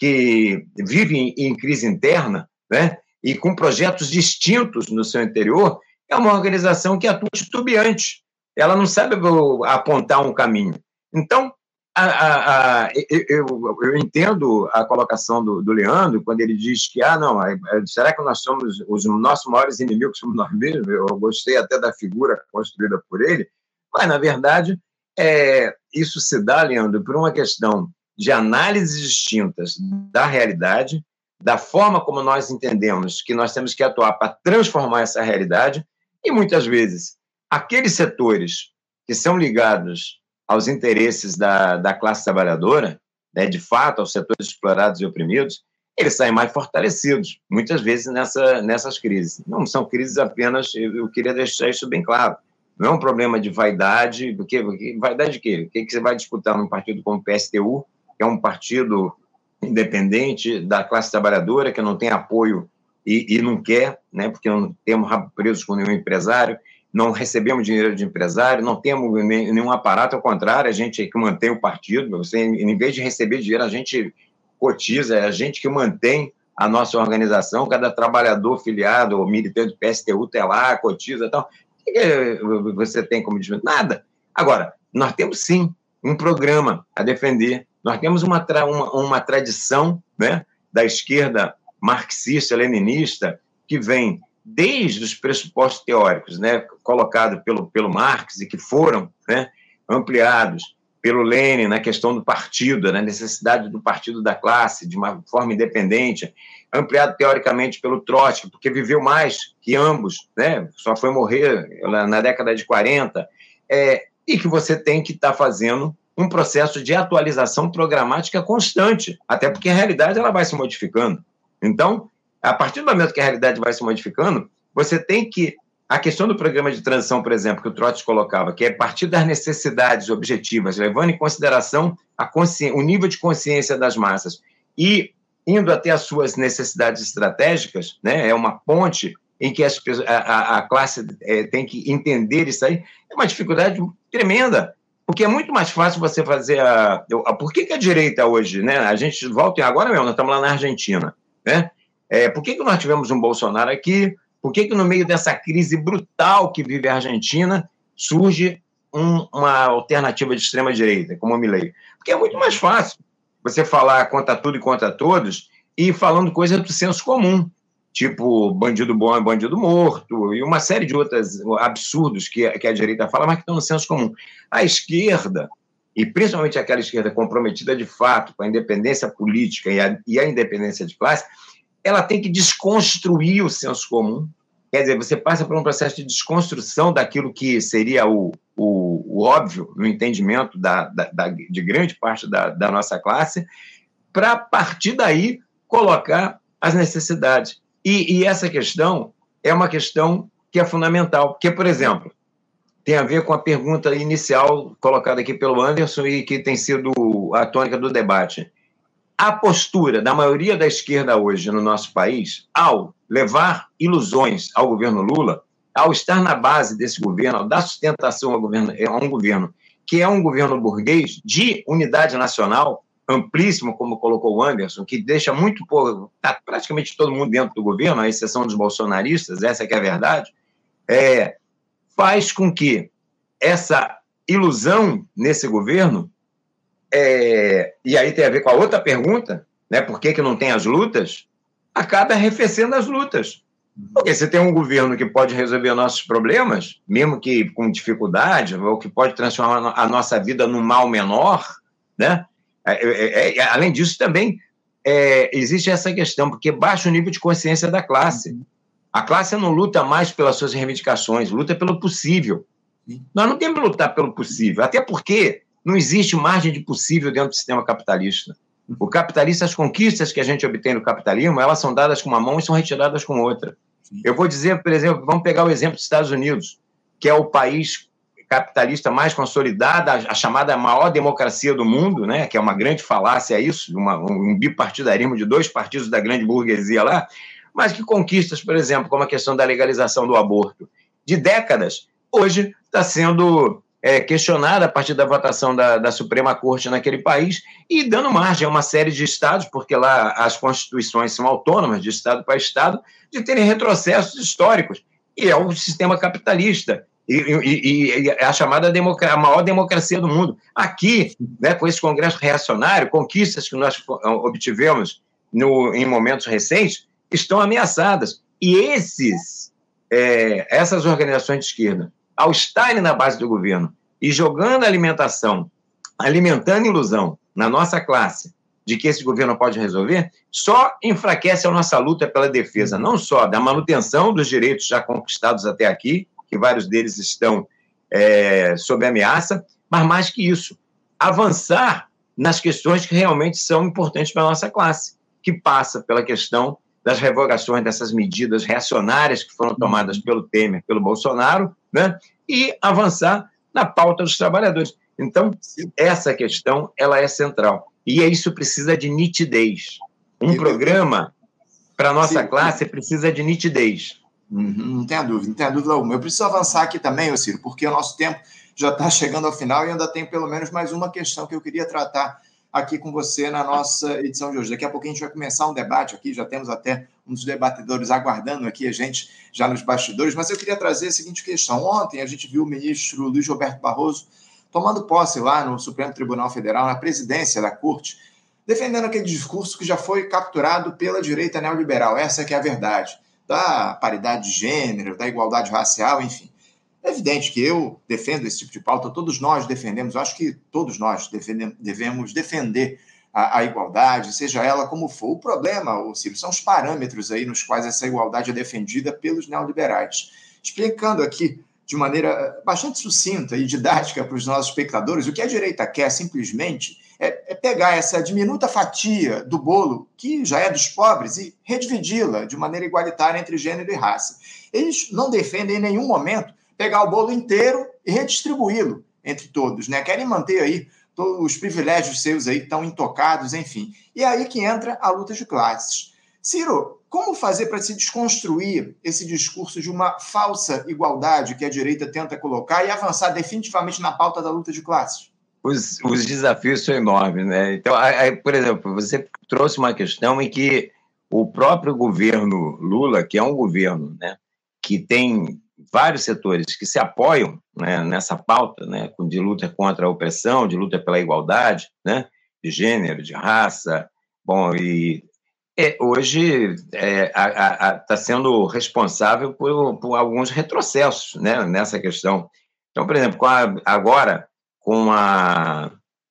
que vive em, em crise interna, né, e com projetos distintos no seu interior, é uma organização que atua titubeante, ela não sabe apontar um caminho. Então, a, a, a, eu, eu entendo a colocação do, do Leandro, quando ele diz que, ah, não, será que nós somos, os nossos maiores inimigos somos nós mesmos? Eu gostei até da figura construída por ele, mas, na verdade, é, isso se dá, Leandro, por uma questão de análises distintas da realidade, da forma como nós entendemos que nós temos que atuar para transformar essa realidade, e, muitas vezes, aqueles setores que são ligados aos interesses da, da classe trabalhadora, né, de fato, aos setores explorados e oprimidos, eles saem mais fortalecidos, muitas vezes, nessa, nessas crises. Não são crises apenas, eu, eu queria deixar isso bem claro, não é um problema de vaidade, porque, porque vaidade de quê? O que, que você vai disputar num partido como o P S T U, que é um partido independente da classe trabalhadora, que não tem apoio e, e não quer, né, porque não temos rabo presos com nenhum empresário, não recebemos dinheiro de empresário, não temos nenhum aparato, ao contrário, a gente é que mantém o partido, você, em vez de receber dinheiro, a gente cotiza, é a gente que mantém a nossa organização, cada trabalhador filiado ou militante do P S T U tem lá, cotiza e tal. O que você tem como desvio? Nada. Agora, nós temos sim um programa a defender, nós temos uma, tra uma, uma tradição, né, da esquerda marxista-leninista que vem desde os pressupostos teóricos, né, colocados pelo, pelo Marx e que foram, né, ampliados pelo Lenin na questão do partido, na necessidade do partido da classe, de uma forma independente, ampliado teoricamente pelo Trotsky, porque viveu mais que ambos, né, só foi morrer na década de quarenta, é, e que você tem que estar tá fazendo um processo de atualização programática constante, até porque a realidade ela vai se modificando. Então, a partir do momento que a realidade vai se modificando, você tem que... A questão do programa de transição, por exemplo, que o Trotsky colocava, que é a partir das necessidades objetivas, levando em consideração a o nível de consciência das massas e indo até as suas necessidades estratégicas, né, é uma ponte em que as, a, a classe é, tem que entender isso aí, é uma dificuldade tremenda, porque é muito mais fácil você fazer a... a por que, que a direita hoje, né, a gente volta agora mesmo, nós estamos lá na Argentina, né, é, por que, que nós tivemos um Bolsonaro aqui? Por que, que no meio dessa crise brutal que vive a Argentina surge um, uma alternativa de extrema-direita, como o Milei? Porque é muito mais fácil você falar contra tudo e contra todos e falando coisas do senso comum, tipo bandido bom é bandido morto e uma série de outros absurdos que, que a direita fala, mas que estão no senso comum. A esquerda, e principalmente aquela esquerda comprometida de fato com a independência política e a, e a independência de classe, ela tem que desconstruir o senso comum. Quer dizer, você passa por um processo de desconstrução daquilo que seria o, o, o óbvio no entendimento da, da, da, de grande parte da, da nossa classe, para, a partir daí, colocar as necessidades. E, e essa questão é uma questão que é fundamental, porque, por exemplo, tem a ver com a pergunta inicial colocada aqui pelo Anderson e que tem sido a tônica do debate. A postura da maioria da esquerda hoje no nosso país, ao levar ilusões ao governo Lula, ao estar na base desse governo, ao dar sustentação ao governo, a um governo que é um governo burguês de unidade nacional, amplíssimo, como colocou o Anderson, que deixa muito pouco, tá praticamente todo mundo dentro do governo, à exceção dos bolsonaristas, essa que é a verdade, é, faz com que essa ilusão nesse governo, é, e aí tem a ver com a outra pergunta, né, por que, que não tem as lutas, acaba arrefecendo as lutas. Porque você tem um governo que pode resolver nossos problemas, mesmo que com dificuldade, ou que pode transformar a nossa vida num mal menor, né? É, é, é, além disso, também é, existe essa questão, porque baixa o nível de consciência da classe. A classe não luta mais pelas suas reivindicações, luta pelo possível. Nós não temos que lutar pelo possível, até porque não existe margem de possível dentro do sistema capitalista. O capitalista, as conquistas que a gente obtém no capitalismo, elas são dadas com uma mão e são retiradas com outra. Eu vou dizer, por exemplo, vamos pegar o exemplo dos Estados Unidos, que é o país capitalista mais consolidado, a chamada maior democracia do mundo, né, que é uma grande falácia isso, uma, um bipartidarismo de dois partidos da grande burguesia lá, mas que conquistas, por exemplo, como a questão da legalização do aborto, de décadas, hoje está sendo é, questionada a partir da votação da, da Suprema Corte naquele país e dando margem a uma série de estados, porque lá as constituições são autônomas de estado para estado, de terem retrocessos históricos. E é o sistema capitalista. E, e, e a chamada democracia, a maior democracia do mundo. Aqui, né, com esse Congresso reacionário, conquistas que nós obtivemos no, em momentos recentes, estão ameaçadas. E esses, é, essas organizações de esquerda, ao estarem na base do governo e jogando alimentação, alimentando ilusão na nossa classe de que esse governo pode resolver, só enfraquece a nossa luta pela defesa, não só da manutenção dos direitos já conquistados até aqui, que vários deles estão é, sob ameaça, mas mais que isso, avançar nas questões que realmente são importantes para a nossa classe, que passa pela questão das revogações dessas medidas reacionárias que foram tomadas pelo Temer, pelo Bolsonaro, né, e avançar na pauta dos trabalhadores. Então, essa questão ela é central. E isso precisa de nitidez. Um eu, programa para a nossa sim, classe precisa de nitidez. Uhum, não tenha dúvida, não tenha dúvida alguma. Eu preciso avançar aqui também, ô Ciro, porque o nosso tempo já está chegando ao final e ainda tem pelo menos mais uma questão que eu queria tratar aqui com você na nossa edição de hoje. Daqui a pouquinho a gente vai começar um debate aqui, já temos até um dos debatedores aguardando aqui a gente já nos bastidores, mas eu queria trazer a seguinte questão. Ontem a gente viu o ministro Luiz Roberto Barroso tomando posse lá no Supremo Tribunal Federal, na presidência da Corte, defendendo aquele discurso que já foi capturado pela direita neoliberal, essa que é a verdade, da paridade de gênero, da igualdade racial, enfim. É evidente que eu defendo esse tipo de pauta, todos nós defendemos, eu acho que todos nós defendemos, devemos defender a, a igualdade, seja ela como for. O problema, ô Ciro, são os parâmetros aí nos quais essa igualdade é defendida pelos neoliberais. Explicando aqui de maneira bastante sucinta e didática para os nossos espectadores, o que a direita quer simplesmente é, é pegar essa diminuta fatia do bolo, que já é dos pobres, e redividi-la de maneira igualitária entre gênero e raça. Eles não defendem em nenhum momento pegar o bolo inteiro e redistribuí-lo entre todos, né? Querem manter aí todos os privilégios seus aí tão intocados, enfim. E é aí que entra a luta de classes. Ciro, como fazer para se desconstruir esse discurso de uma falsa igualdade que a direita tenta colocar e avançar definitivamente na pauta da luta de classes? Os, os desafios são enormes, né? Então, aí, por exemplo, você trouxe uma questão em que o próprio governo Lula, que é um governo, né, que tem vários setores que se apoiam, né, nessa pauta, né, de luta contra a opressão, de luta pela igualdade, né, de gênero, de raça, bom, e é, hoje está é, tá sendo responsável por, por alguns retrocessos, né, nessa questão. Então, por exemplo, com a, agora, com a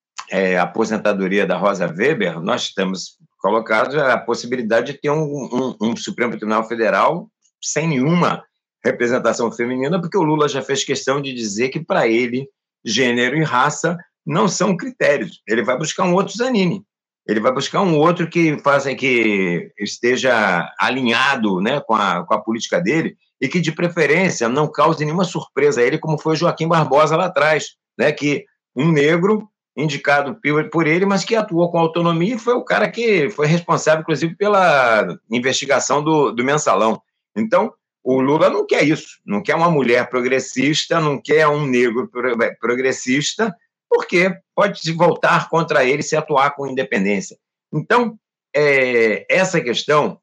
é, aposentadoria da Rosa Weber, nós estamos colocados a possibilidade de ter um, um, um Supremo Tribunal Federal sem nenhuma representação feminina, porque o Lula já fez questão de dizer que, para ele, gênero e raça não são critérios. Ele vai buscar um outro Zanini. Ele vai buscar um outro que faça que esteja alinhado, né, com a, com a política dele e que, de preferência, não cause nenhuma surpresa a ele, como foi o Joaquim Barbosa lá atrás, né, que um negro indicado por ele, mas que atuou com autonomia e foi o cara que foi responsável, inclusive, pela investigação do, do Mensalão. Então, o Lula não quer isso, não quer uma mulher progressista, não quer um negro progressista, porque pode se voltar contra ele se atuar com independência. Então, é, essa questão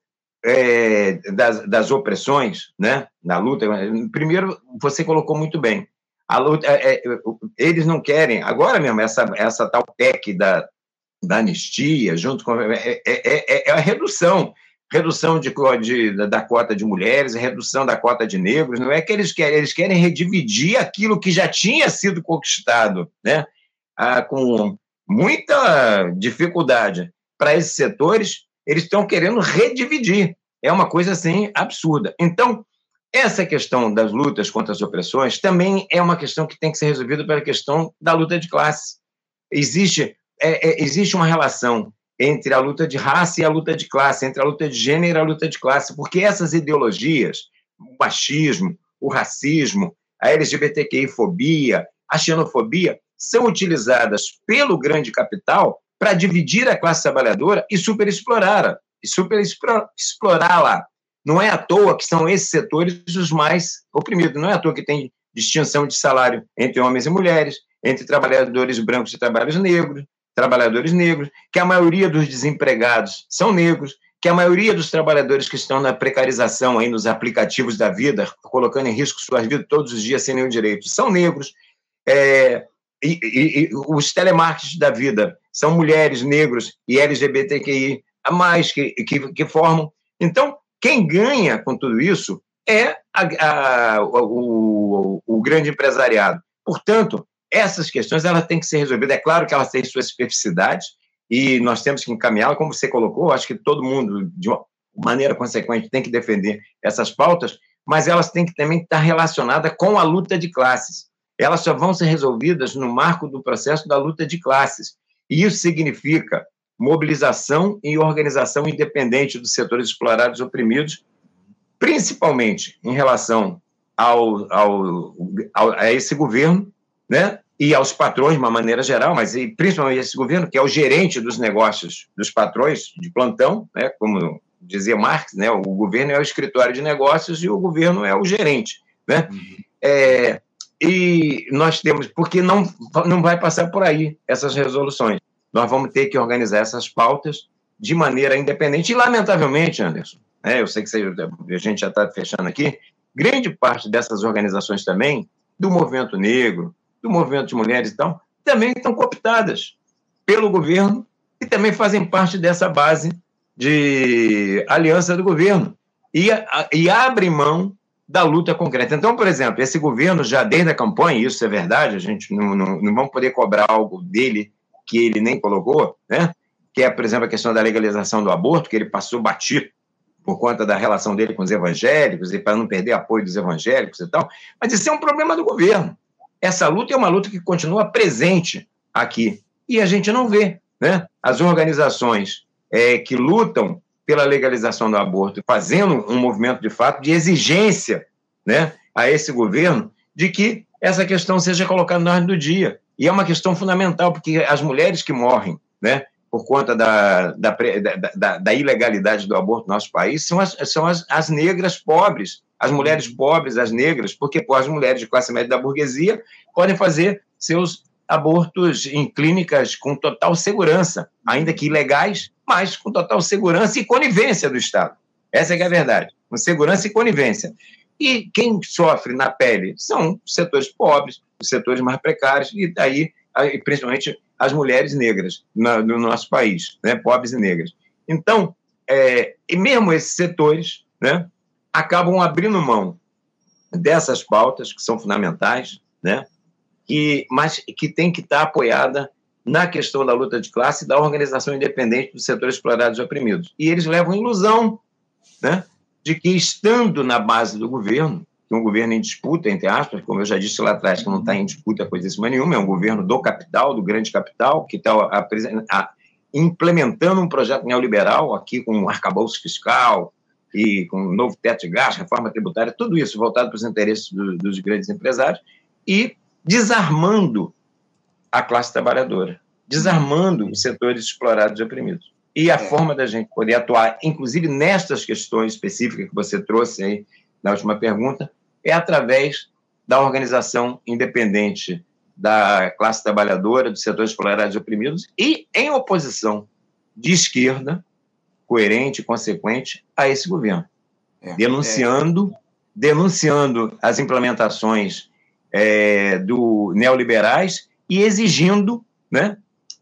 é, das, das opressões, né, na luta, primeiro, você colocou muito bem, a luta, é, é, eles não querem, agora mesmo, essa, essa tal P E C da, da anistia, junto com... É, é, é a redução, redução de, de, da cota de mulheres, redução da cota de negros, não é que eles querem, eles querem redividir aquilo que já tinha sido conquistado, né? Ah, com muita dificuldade para esses setores, eles estão querendo redividir. É uma coisa, assim, absurda. Então, essa questão das lutas contra as opressões também é uma questão que tem que ser resolvida pela questão da luta de classe. Existe, é, é, existe uma relação entre a luta de raça e a luta de classe, entre a luta de gênero e a luta de classe, porque essas ideologias, o machismo, o racismo, a LGBTQI-fobia, a xenofobia, são utilizadas pelo grande capital para dividir a classe trabalhadora e superexplorá-la, e superexplorá-la. Não é à toa que são esses setores os mais oprimidos, não é à toa que tem distinção de salário entre homens e mulheres, entre trabalhadores brancos e trabalhadores negros, trabalhadores negros, que a maioria dos desempregados são negros, que a maioria dos trabalhadores que estão na precarização aí nos aplicativos da vida, colocando em risco suas vidas todos os dias sem nenhum direito, são negros. É, e, e, e os telemarketers da vida são mulheres, negros e LGBTQI a mais que, que, que formam. Então, quem ganha com tudo isso é a, a, o, o, o grande empresariado. Portanto, essas questões elas têm que ser resolvidas. É claro que elas têm suas especificidades e nós temos que encaminhá-las, como você colocou, acho que todo mundo, de uma maneira consequente, tem que defender essas pautas, mas elas têm que também estar relacionadas com a luta de classes. Elas só vão ser resolvidas no marco do processo da luta de classes. E isso significa mobilização e organização independente dos setores explorados e oprimidos, principalmente em relação ao, ao, ao, a esse governo, né? E aos patrões, de uma maneira geral, mas e principalmente esse governo, que é o gerente dos negócios dos patrões de plantão, né? Como dizia Marx, né? O governo é o escritório de negócios e o governo é o gerente, né? Uhum. É, e nós temos, porque não, não vai passar por aí essas resoluções. Nós vamos ter que organizar essas pautas de maneira independente. E, lamentavelmente, Anderson, né, eu sei que você, a gente já está fechando aqui, grande parte dessas organizações também, do movimento negro, do movimento de mulheres e tal, também estão cooptadas pelo governo e também fazem parte dessa base de aliança do governo e, e abrem mão da luta concreta. Então, por exemplo, esse governo já desde a campanha, isso é verdade, a gente não, não, não vamos poder cobrar algo dele que ele nem colocou, né? Que é, por exemplo, a questão da legalização do aborto, que ele passou batido por conta da relação dele com os evangélicos e para não perder apoio dos evangélicos e tal, mas isso é um problema do governo. Essa luta é uma luta que continua presente aqui e a gente não vê, né? As organizações é, que lutam pela legalização do aborto, fazendo um movimento de fato de exigência, né, a esse governo de que essa questão seja colocada na ordem do dia. E é uma questão fundamental, porque as mulheres que morrem, né, por conta da, da, da, da ilegalidade do aborto no nosso país são as, são as, as negras pobres, as mulheres pobres, as negras, porque pô, as mulheres de classe média da burguesia podem fazer seus abortos em clínicas com total segurança, ainda que ilegais, mas com total segurança e conivência do Estado. Essa é que é a verdade, com segurança e conivência. E quem sofre na pele são os setores pobres, os setores mais precários, e daí, principalmente, as mulheres negras no, no nosso país, né, pobres e negras. Então, é, e mesmo esses setores, né, acabam abrindo mão dessas pautas, que são fundamentais, né, e, mas que tem que estar apoiada na questão da luta de classe e da organização independente dos setores explorados e oprimidos. E eles levam a ilusão, né, de que, estando na base do governo, que é um governo em disputa, entre aspas, como eu já disse lá atrás, que não está em disputa coisíssima nenhuma, é um governo do capital, do grande capital, que está implementando um projeto neoliberal aqui com um arcabouço fiscal e com um novo teto de gastos, reforma tributária, tudo isso voltado para os interesses do, dos grandes empresários e desarmando a classe trabalhadora, desarmando os setores explorados e oprimidos. E a é. forma da gente poder atuar, inclusive nestas questões específicas que você trouxe aí na última pergunta, é através da organização independente da classe trabalhadora, dos setores explorados e oprimidos, e em oposição de esquerda, coerente e consequente a esse governo. É. Denunciando, é. denunciando as implementações é, do neoliberais e exigindo, né,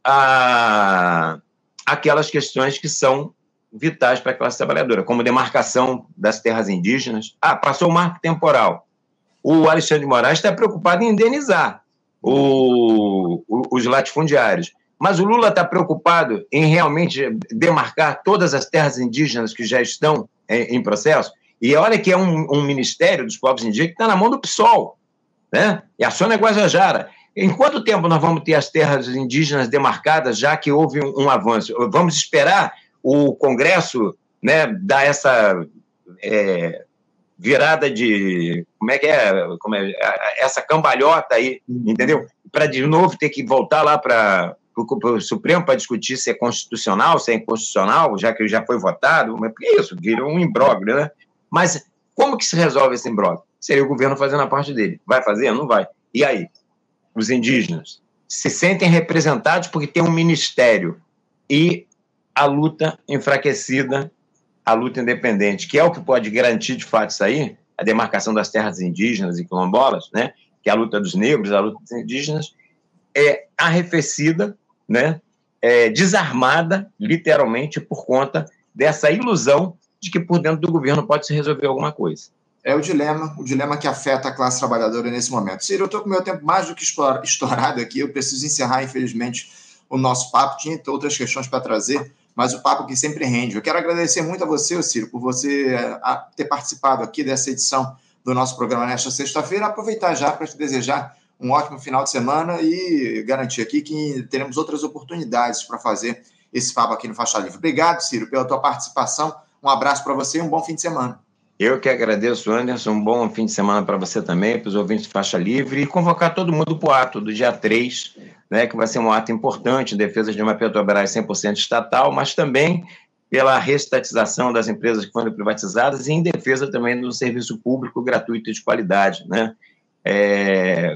a, aquelas questões que são vitais para a classe trabalhadora, como demarcação das terras indígenas. Ah, passou o marco temporal. O Alexandre de Moraes está preocupado em indenizar o, o, os latifundiários, mas o Lula está preocupado em realmente demarcar todas as terras indígenas que já estão em, em processo. E olha que é um, um Ministério dos Povos Indígenas que está na mão do PSOL, né? E a Sônia Guajajara. Em quanto tempo nós vamos ter as terras indígenas demarcadas, já que houve um, um avanço? Vamos esperar o Congresso, né, dar essa é, virada de... Como é que é? Como é essa cambalhota aí, entendeu? Para, de novo, ter que voltar lá para o Supremo para discutir se é constitucional, se é inconstitucional, já que já foi votado. Mas por que isso? Virou um imbróglio, né? Mas como que se resolve esse imbróglio? Seria o governo fazendo a parte dele. Vai fazer? Não vai. E aí? Os indígenas se sentem representados porque tem um ministério e a luta enfraquecida, a luta independente, que é o que pode garantir de fato isso aí, a demarcação das terras indígenas e quilombolas, né, que é a luta dos negros, a luta dos indígenas, é arrefecida, né, é desarmada, literalmente, por conta dessa ilusão de que por dentro do governo pode se resolver alguma coisa. É o dilema, o dilema que afeta a classe trabalhadora nesse momento. Ciro, eu estou com o meu tempo mais do que estourado aqui, eu preciso encerrar, infelizmente, o nosso papo. Tinha outras questões para trazer, mas o papo que sempre rende. Eu quero agradecer muito a você, Ciro, por você ter participado aqui dessa edição do nosso programa nesta sexta-feira. Aproveitar já para te desejar um ótimo final de semana e garantir aqui que teremos outras oportunidades para fazer esse papo aqui no Faixa Livre. Obrigado, Ciro, pela tua participação. Um abraço para você e um bom fim de semana. Eu que agradeço, Anderson. Um bom fim de semana para você também, para os ouvintes de Faixa Livre, e convocar todo mundo para o ato do dia três, né, que vai ser um ato importante em defesa de uma Petrobras cem por cento estatal, mas também pela reestatização das empresas que foram privatizadas e em defesa também do serviço público gratuito e de qualidade, né, é,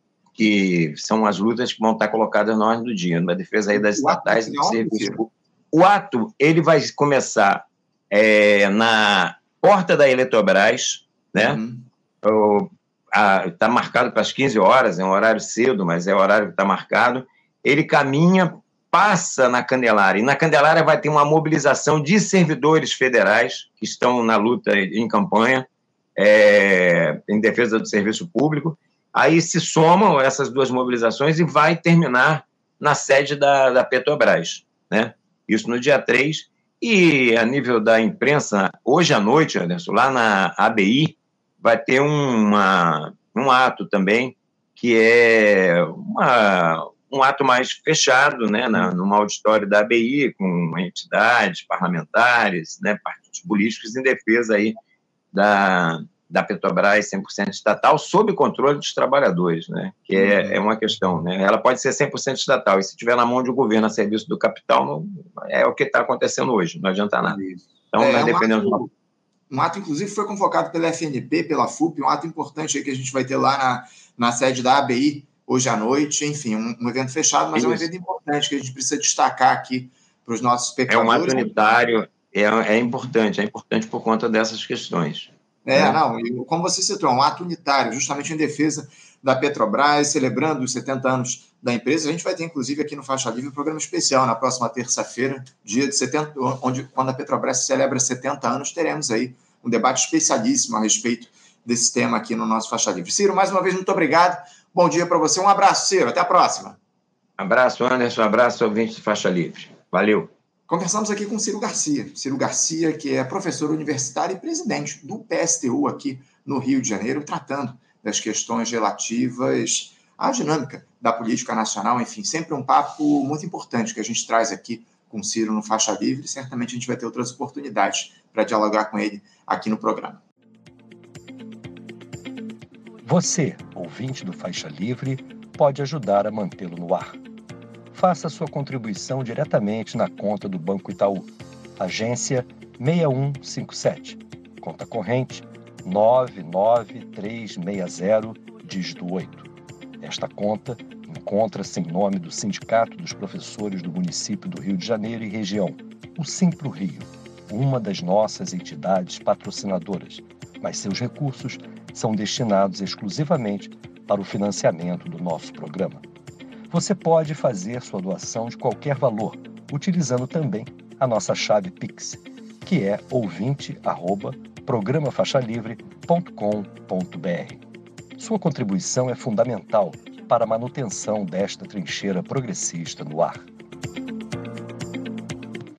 que são as lutas que vão estar colocadas na ordem do dia, na defesa aí das estatais e do serviço público. O ato, ele vai começar é, na porta da Eletrobras, né? Uhum. Está marcado para as quinze horas, é um horário cedo, mas é o horário que está marcado. Ele caminha, passa na Candelária, e na Candelária vai ter uma mobilização de servidores federais que estão na luta em campanha, é, em defesa do serviço público. Aí se somam essas duas mobilizações e vai terminar na sede da, da Petrobras, né? Isso no dia três. E a nível da imprensa, hoje à noite, Anderson, lá na A B I, vai ter uma, um ato também, que é uma, um ato mais fechado, né, na, num auditório da A B I, com entidades, parlamentares, né, partidos políticos, em defesa aí da, da Petrobras cem por cento estatal, sob controle dos trabalhadores, né, que é, é uma questão, né, ela pode ser cem por cento estatal, e se estiver na mão de um governo a serviço do capital, não, é o que está acontecendo hoje, não adianta nada. Então, é, nós dependemos... Um ato, um ato, inclusive, foi convocado pela F N P, pela F U P, um ato importante aí que a gente vai ter lá na, na sede da A B I, hoje à noite, enfim, um, um evento fechado, mas Isso. é um evento importante que a gente precisa destacar aqui para os nossos espectadores. É um ato unitário, é, é importante, é importante por conta dessas questões. É, é. não, e como você citou, um ato unitário, justamente em defesa da Petrobras, celebrando os setenta anos da empresa. A gente vai ter, inclusive, aqui no Faixa Livre, um programa especial na próxima terça-feira, dia de setenta, onde, quando a Petrobras celebra setenta anos, teremos aí um debate especialíssimo a respeito desse tema aqui no nosso Faixa Livre. Ciro, mais uma vez, muito obrigado. Bom dia para você. Um abraço, Ciro. Até a próxima. Abraço, Anderson. Abraço, ouvinte do Faixa Livre. Valeu. Conversamos aqui com Ciro Garcia. Ciro Garcia, que é professor universitário e presidente do P S T U aqui no Rio de Janeiro, tratando das questões relativas à dinâmica da política nacional. Enfim, sempre um papo muito importante que a gente traz aqui com Ciro no Faixa Livre. Certamente a gente vai ter outras oportunidades para dialogar com ele aqui no programa. Você, ouvinte do Faixa Livre, pode ajudar a mantê-lo no ar. Faça sua contribuição diretamente na conta do Banco Itaú, agência seis um cinco sete, conta corrente nove nove três seis zero, dígito oito. Esta conta encontra-se em nome do Sindicato dos Professores do Município do Rio de Janeiro e Região, o Simpro Rio, uma das nossas entidades patrocinadoras, mas seus recursos são destinados exclusivamente para o financiamento do nosso programa. Você pode fazer sua doação de qualquer valor, utilizando também a nossa chave Pix, que é ouvinte arroba programa faixa livre ponto com ponto br. Sua contribuição é fundamental para a manutenção desta trincheira progressista no ar.